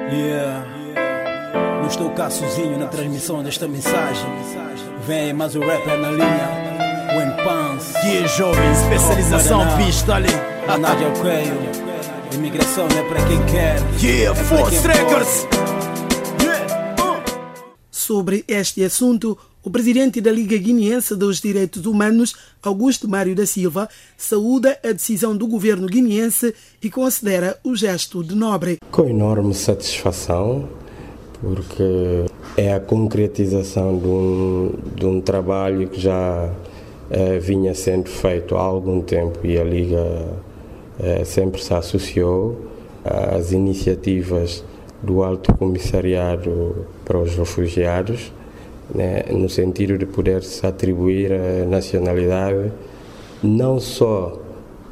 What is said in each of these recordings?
Yeah. Não estou cá sozinho na transmissão desta mensagem. Vem mais o rapper na linha. When Pans. Que jovem, especialização pistola. Nádia ao creio. Imigração não é para quem quer. Yeah, Force Records. Sobre este assunto, o presidente da Liga Guineense dos Direitos Humanos, Augusto Mário da Silva, saúda a decisão do governo guineense e considera o gesto de nobre. Com enorme satisfação, porque é a concretização de um trabalho que já vinha sendo feito há algum tempo e a Liga sempre se associou às iniciativas do Alto Comissariado para os Refugiados, né, no sentido de poder-se atribuir a nacionalidade não só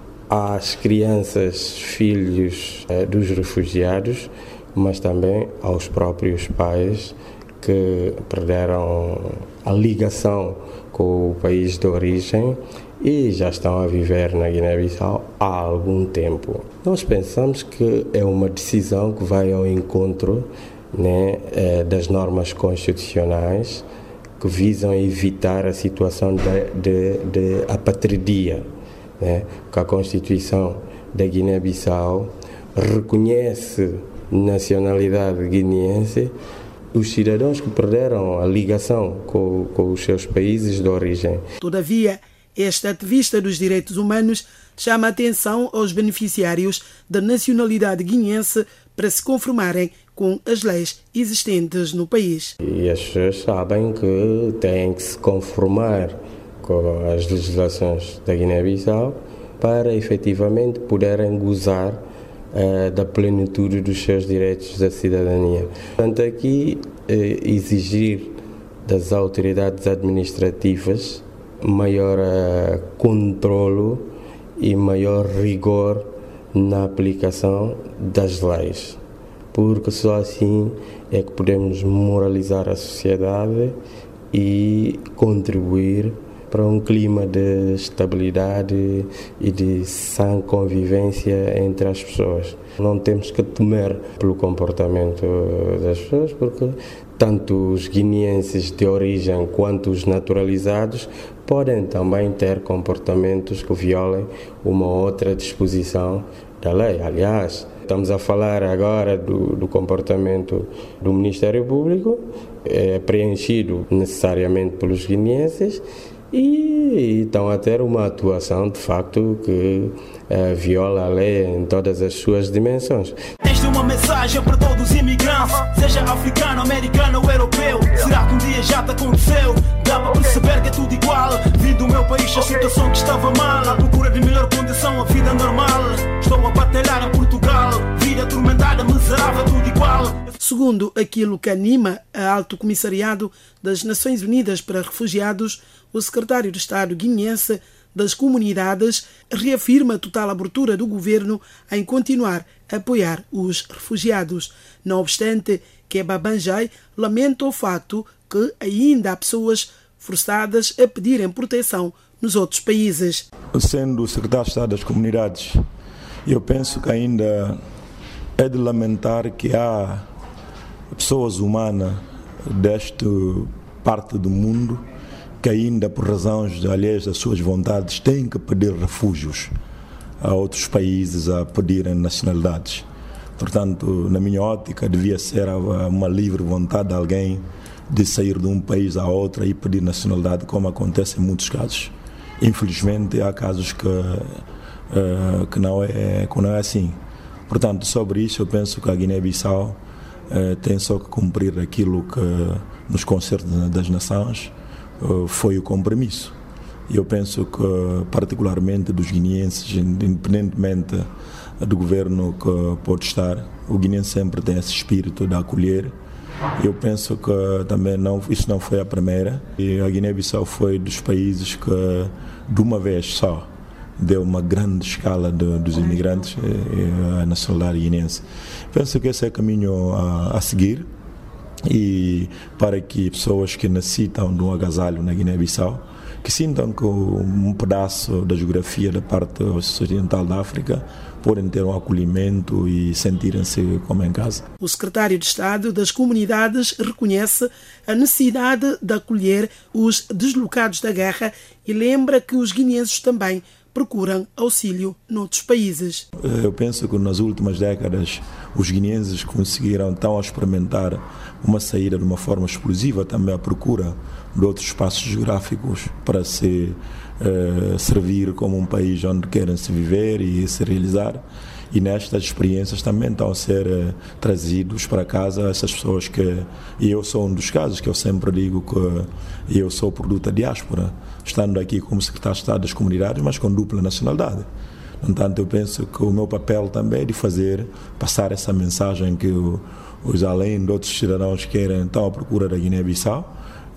às crianças, filhos dos refugiados, mas também aos próprios pais que perderam a ligação com o país de origem e já estão a viver na Guiné-Bissau há algum tempo. Nós pensamos que é uma decisão que vai ao encontro, né, das normas constitucionais que visam evitar a situação de apatridia, né, que a Constituição da Guiné-Bissau reconhece nacionalidade guineense os cidadãos que perderam a ligação com os seus países de origem. Todavia, este ativista dos direitos humanos chama a atenção aos beneficiários da nacionalidade guineense para se conformarem com as leis existentes no país. E as pessoas sabem que têm que se conformar com as legislações da Guiné-Bissau para efetivamente poderem gozar da plenitude dos seus direitos da cidadania. Portanto, aqui exigir das autoridades administrativas maior controlo e maior rigor na aplicação das leis, porque só assim é que podemos moralizar a sociedade e contribuir para um clima de estabilidade e de sã convivência entre as pessoas. Não temos que temer pelo comportamento das pessoas, porque tanto os guineenses de origem quanto os naturalizados podem também ter comportamentos que violem uma outra disposição da lei. Aliás, estamos a falar agora do comportamento do Ministério Público, preenchido necessariamente pelos guineenses, e estão a ter uma atuação de facto que viola a lei em todas as suas dimensões. Esta é uma mensagem para todos os imigrantes, seja africano, americano ou europeu. Será que um dia já te aconteceu? Dá para perceber que é tudo igual. Vim do meu país, a situação que estava mal, à procura de melhor condição, a vida normal. Estou a batalhar em Portugal, vida atormentada, miserável, tudo igual. Segundo aquilo que anima a Alto Comissariado das Nações Unidas para Refugiados, o secretário de Estado guineense das Comunidades reafirma a total abertura do governo em continuar a apoiar os refugiados. Não obstante, Keba Banjai lamenta o facto que ainda há pessoas forçadas a pedirem proteção nos outros países. Sendo o secretário de Estado das Comunidades, eu penso que ainda é de lamentar que há pessoas humanas desta parte do mundo que ainda, por razões alheias às suas vontades, têm que pedir refúgios a outros países, a pedirem nacionalidades. Portanto, na minha ótica, devia ser uma livre vontade de alguém de sair de um país a outro e pedir nacionalidade, como acontece em muitos casos. Infelizmente, há casos que não é assim. Portanto, sobre isso, eu penso que a Guiné-Bissau tem só que cumprir aquilo que nos concertos das nações foi o compromisso. E eu penso que, particularmente dos guineenses, independentemente do governo que pode estar, o guineense sempre tem esse espírito de acolher. Eu penso que também isso não foi a primeira, e a Guiné-Bissau foi dos países que, de uma vez só, deu uma grande escala dos imigrantes à nacionalidade guineense. Penso que esse é o caminho a seguir, e para que pessoas que necessitam de um agasalho na Guiné-Bissau, que sintam que um pedaço da geografia da parte ocidental da África podem ter um acolhimento e sentirem-se como em casa. O secretário de Estado das Comunidades reconhece a necessidade de acolher os deslocados da guerra e lembra que os guineenses também procuram auxílio noutros países. Eu penso que nas últimas décadas os guineenses conseguiram então experimentar uma saída de uma forma explosiva também à procura de outros espaços geográficos para se servir como um país onde querem se viver e se realizar. E nestas experiências também estão a ser trazidos para casa essas pessoas e eu sou um dos casos que eu sempre digo que eu sou produto da diáspora, estando aqui como secretário de Estado das Comunidades, mas com dupla nacionalidade. No entanto, eu penso que o meu papel também é de passar essa mensagem que os além de outros cidadãos que querem estão à procura da Guiné-Bissau,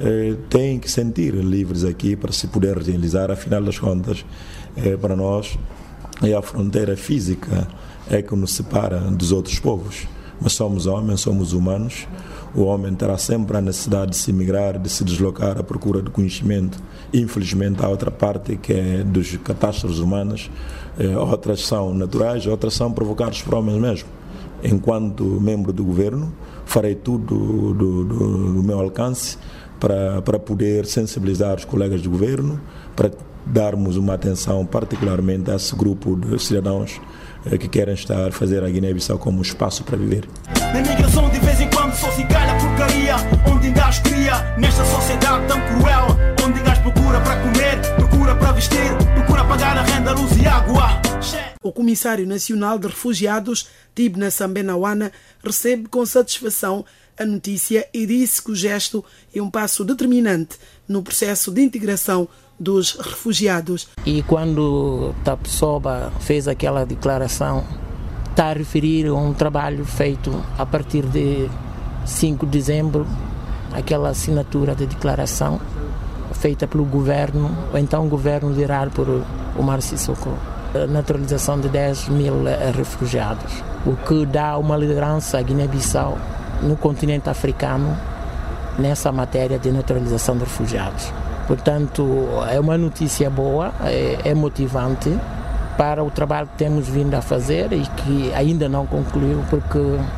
têm que sentir livres aqui para se poder realizar. Afinal das contas, para nós, é a fronteira física que nos separa dos outros povos. Mas somos homens, somos humanos. O homem terá sempre a necessidade de se migrar, de se deslocar à procura de conhecimento. Infelizmente, há outra parte que é das catástrofes humanas. Outras são naturais, outras são provocadas por homens mesmo. Enquanto membro do governo, farei tudo do meu alcance para poder sensibilizar os colegas do governo, para darmos uma atenção particularmente a esse grupo de cidadãos que querem fazer a Guiné-Bissau como um espaço para viver. Na migração de vez em quando só se calha porcaria, onde ainda as cria, nesta sociedade tão cruel, onde ainda as procura para comer, procura para vestir, procura pagar a renda, luz e água. O Comissário Nacional de Refugiados, Tibna Sambena Wana, recebe com satisfação a notícia e disse que o gesto é um passo determinante no processo de integração dos refugiados. E quando Tapsoba fez aquela declaração, está a referir a um trabalho feito a partir de 5 de dezembro, aquela assinatura de declaração feita pelo governo, ou então o governo liderado por Omar Sissoko, a naturalização de 10 mil refugiados, o que dá uma liderança à Guiné-Bissau no continente africano nessa matéria de naturalização de refugiados. Portanto, é uma notícia boa, é motivante para o trabalho que temos vindo a fazer e que ainda não concluiu, porque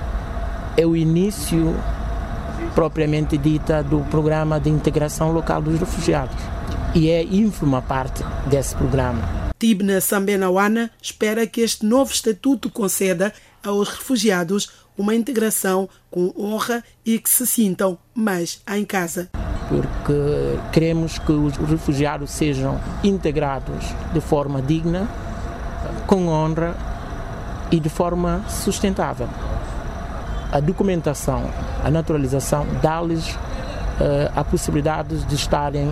é o início propriamente dita do programa de integração local dos refugiados e é ínfima parte desse programa. Tibna Sambena Wana espera que este novo estatuto conceda aos refugiados uma integração com honra e que se sintam mais em casa. Porque queremos que os refugiados sejam integrados de forma digna, com honra e de forma sustentável. A documentação, a naturalização dá-lhes a possibilidade de estarem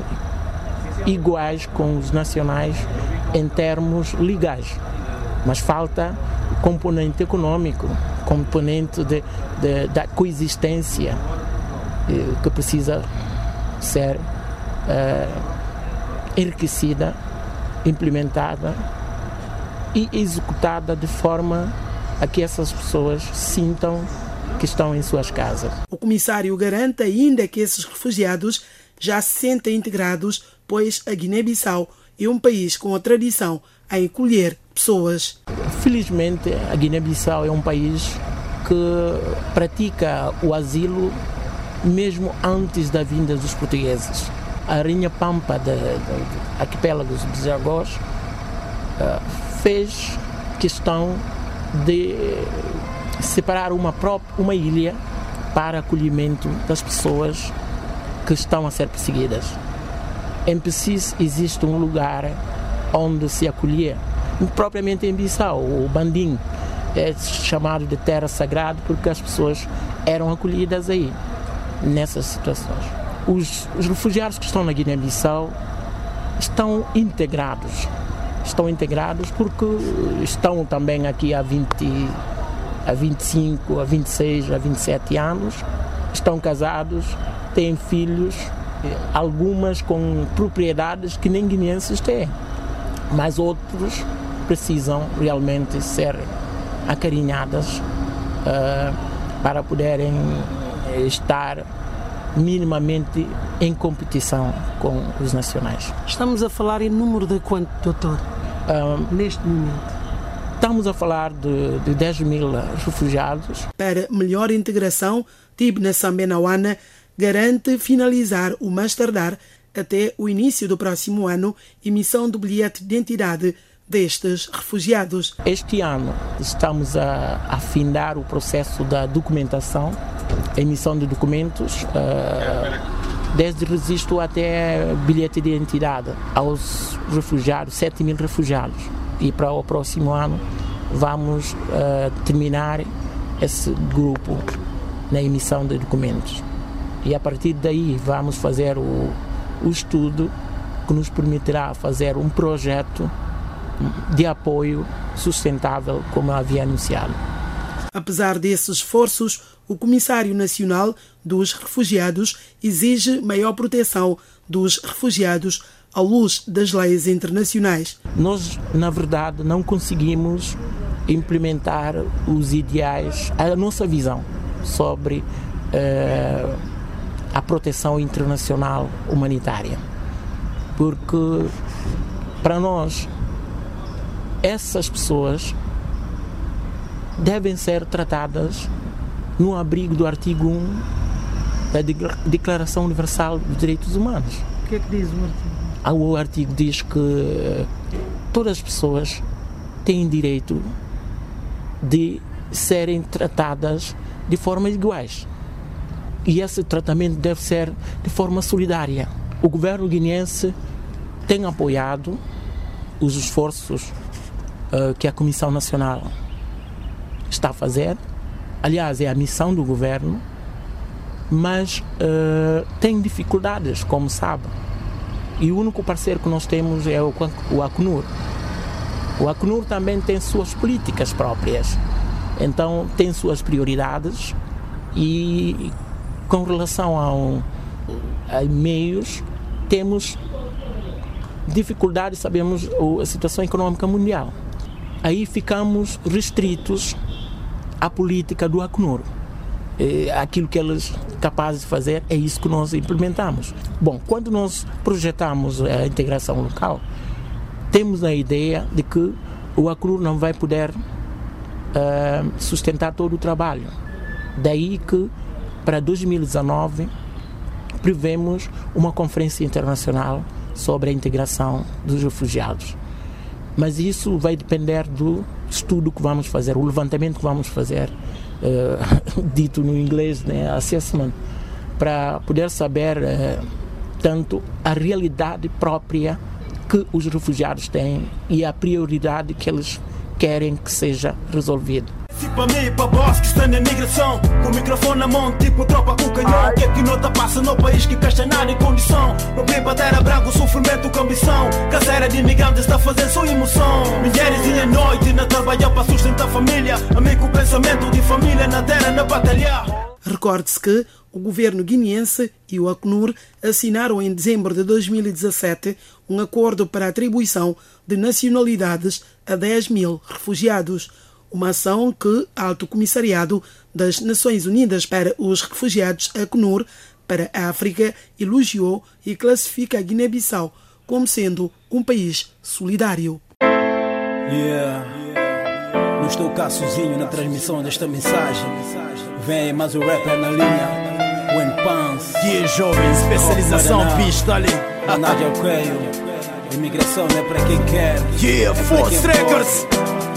iguais com os nacionais em termos legais, mas falta o componente econômico, componente da coexistência que precisa ser enriquecida, implementada e executada de forma a que essas pessoas sintam que estão em suas casas. O comissário garante ainda que esses refugiados já se sentem integrados, pois a Guiné-Bissau é um país com a tradição em acolher pessoas. Felizmente, a Guiné-Bissau é um país que pratica o asilo mesmo antes da vinda dos portugueses. A Rainha Pampa de arquipélagos de Zagós fez questão de separar uma ilha para acolhimento das pessoas que estão a ser perseguidas. Em Pessis existe um lugar onde se acolhia, propriamente em Bissau, o Bandim, é chamado de terra sagrada porque as pessoas eram acolhidas aí, nessas situações. Os refugiados que estão na Guiné-Bissau estão integrados porque estão também aqui há 25, há 26, há 27 anos, estão casados, têm filhos, algumas com propriedades que nem guineenses têm, mas outros precisam realmente ser acarinhadas para poderem estar minimamente em competição com os nacionais. Estamos a falar em número de quanto, doutor, neste momento? Estamos a falar de 10 mil refugiados. Para melhor integração, Tibna Sambenawana garante finalizar o mais tardar até o início do próximo ano emissão do bilhete de identidade destes refugiados. Este ano estamos a afinar o processo da documentação, a emissão de documentos, desde registro até bilhete de identidade aos refugiados, 7 mil refugiados. E para o próximo ano vamos terminar esse grupo na emissão de documentos. E a partir daí vamos fazer o estudo que nos permitirá fazer um projeto de apoio sustentável, como eu havia anunciado. Apesar desses esforços, o Comissário Nacional dos Refugiados exige maior proteção dos refugiados à luz das leis internacionais. Nós, na verdade, não conseguimos implementar os ideais, a nossa visão sobre a proteção internacional humanitária. Porque, para nós, essas pessoas devem ser tratadas no abrigo do artigo 1 da Declaração Universal dos Direitos Humanos. O que é que diz o artigo? O artigo diz que todas as pessoas têm direito de serem tratadas de formas iguais. E esse tratamento deve ser de forma solidária. O governo guineense tem apoiado os esforços que a Comissão Nacional está a fazer. Aliás, é a missão do governo, mas tem dificuldades, como sabe. E o único parceiro que nós temos é o Acnur. O Acnur também tem suas políticas próprias, então tem suas prioridades e com relação a meios, temos dificuldades, sabemos a situação econômica mundial. Aí ficamos restritos à política do Acnur. Aquilo que eles são capazes de fazer é isso que nós implementamos. Bom, quando nós projetamos a integração local, temos a ideia de que o Acnur não vai poder sustentar todo o trabalho. Daí que, para 2019, prevemos uma conferência internacional sobre a integração dos refugiados. Mas isso vai depender do estudo que vamos fazer, o levantamento que vamos fazer, dito no inglês, né, assessment, para poder saber tanto a realidade própria que os refugiados têm e a prioridade que eles querem que seja resolvida. Para mim e para boss que está na migração, com o microfone na mão, tipo tropa com canhão. O que é que nota passa no país que castanhar em condição? Não vem bandeira branca, o sofrimento com ambição. Caseira de imigrantes está fazendo sua emoção. Mulheres e à noite na trabalhar para sustentar a família. Amigo, o pensamento de família na terra, na batalha. Recorde-se que o governo guineense e o Acnur assinaram em dezembro de 2017 um acordo para a atribuição de nacionalidades a 10 mil refugiados. Uma ação que o Alto Comissariado das Nações Unidas para os Refugiados, Acnur, para a África, elogiou e classifica a Guiné-Bissau como sendo um país solidário. Não estou cá sozinho na transmissão desta mensagem. Vem mais o rapper na linha. When Pans. Jovem, especialização pista ali. Nadia Coelho. Imigração não é para quem quer. Force Records.